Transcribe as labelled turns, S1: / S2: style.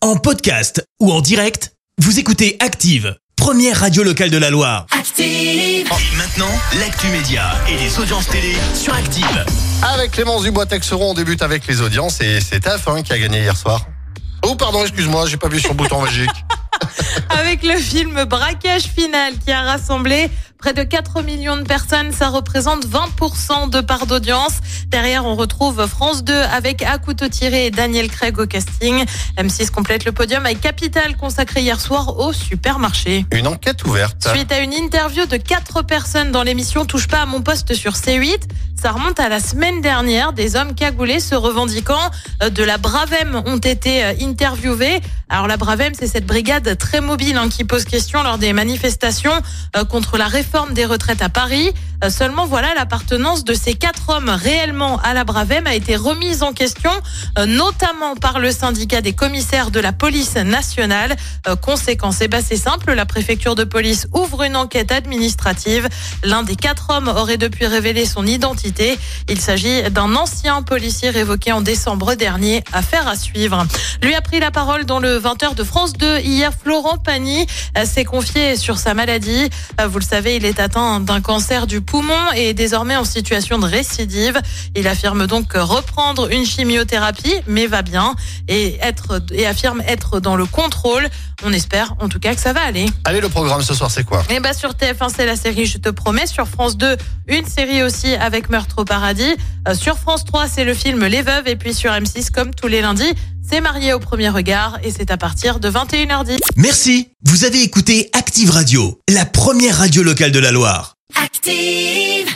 S1: En podcast ou en direct, vous écoutez Active, première radio locale de la Loire. Active! Et maintenant, l'actu média et les audiences télé sur Active.
S2: Avec Clémence Dubois-Texeron, on débute avec les audiences et c'est TF1 qui a gagné hier soir. Oh pardon, excuse-moi, j'ai pas vu sur le bouton magique.
S3: Avec le film Braquage final qui a rassemblé près de 4 millions de personnes, ça représente 20% de part d'audience. Derrière, on retrouve France 2 avec À couteau tiré et Daniel Craig au casting. M6 complète le podium avec Capital consacré hier soir au supermarché.
S2: Une enquête ouverte.
S3: Suite à une interview de 4 personnes dans l'émission Touche pas à mon poste sur C8, ça remonte à la semaine dernière. Des hommes cagoulés se revendiquant de la Bravem ont été interviewés. Alors la Bravem, c'est cette brigade très mobile qui pose question lors des manifestations contre la réforme des retraites à Paris. Seulement voilà, l'appartenance de ces 4 hommes réellement à la Bravem a été remise en question, notamment par le syndicat des commissaires de la police nationale. Conséquence, c'est simple, la préfecture de police ouvre une enquête administrative. L'un des 4 hommes aurait depuis révélé son identité. Il s'agit d'un ancien policier révoqué en décembre dernier. Affaire à suivre. Lui a pris la parole dans le 20h de France 2 hier. Florent Pagny s'est confié sur sa maladie. Vous le savez, il est atteint d'un cancer du poumon et est désormais en situation de récidive. Il affirme donc reprendre une chimiothérapie, mais va bien et affirme être dans le contrôle. On espère en tout cas que ça va aller.
S2: Allez, le programme ce soir, c'est quoi ?
S3: Sur TF1, c'est la série Je te promets. Sur France 2, une série aussi avec Meurtre au paradis. Sur France 3, c'est le film Les Veuves. Et puis sur M6, comme tous les lundis, c'est Marié au premier regard. Et c'est à partir de 21h10.
S1: Merci. Vous avez écouté Active Radio, la première radio locale de la Loire.
S4: Active!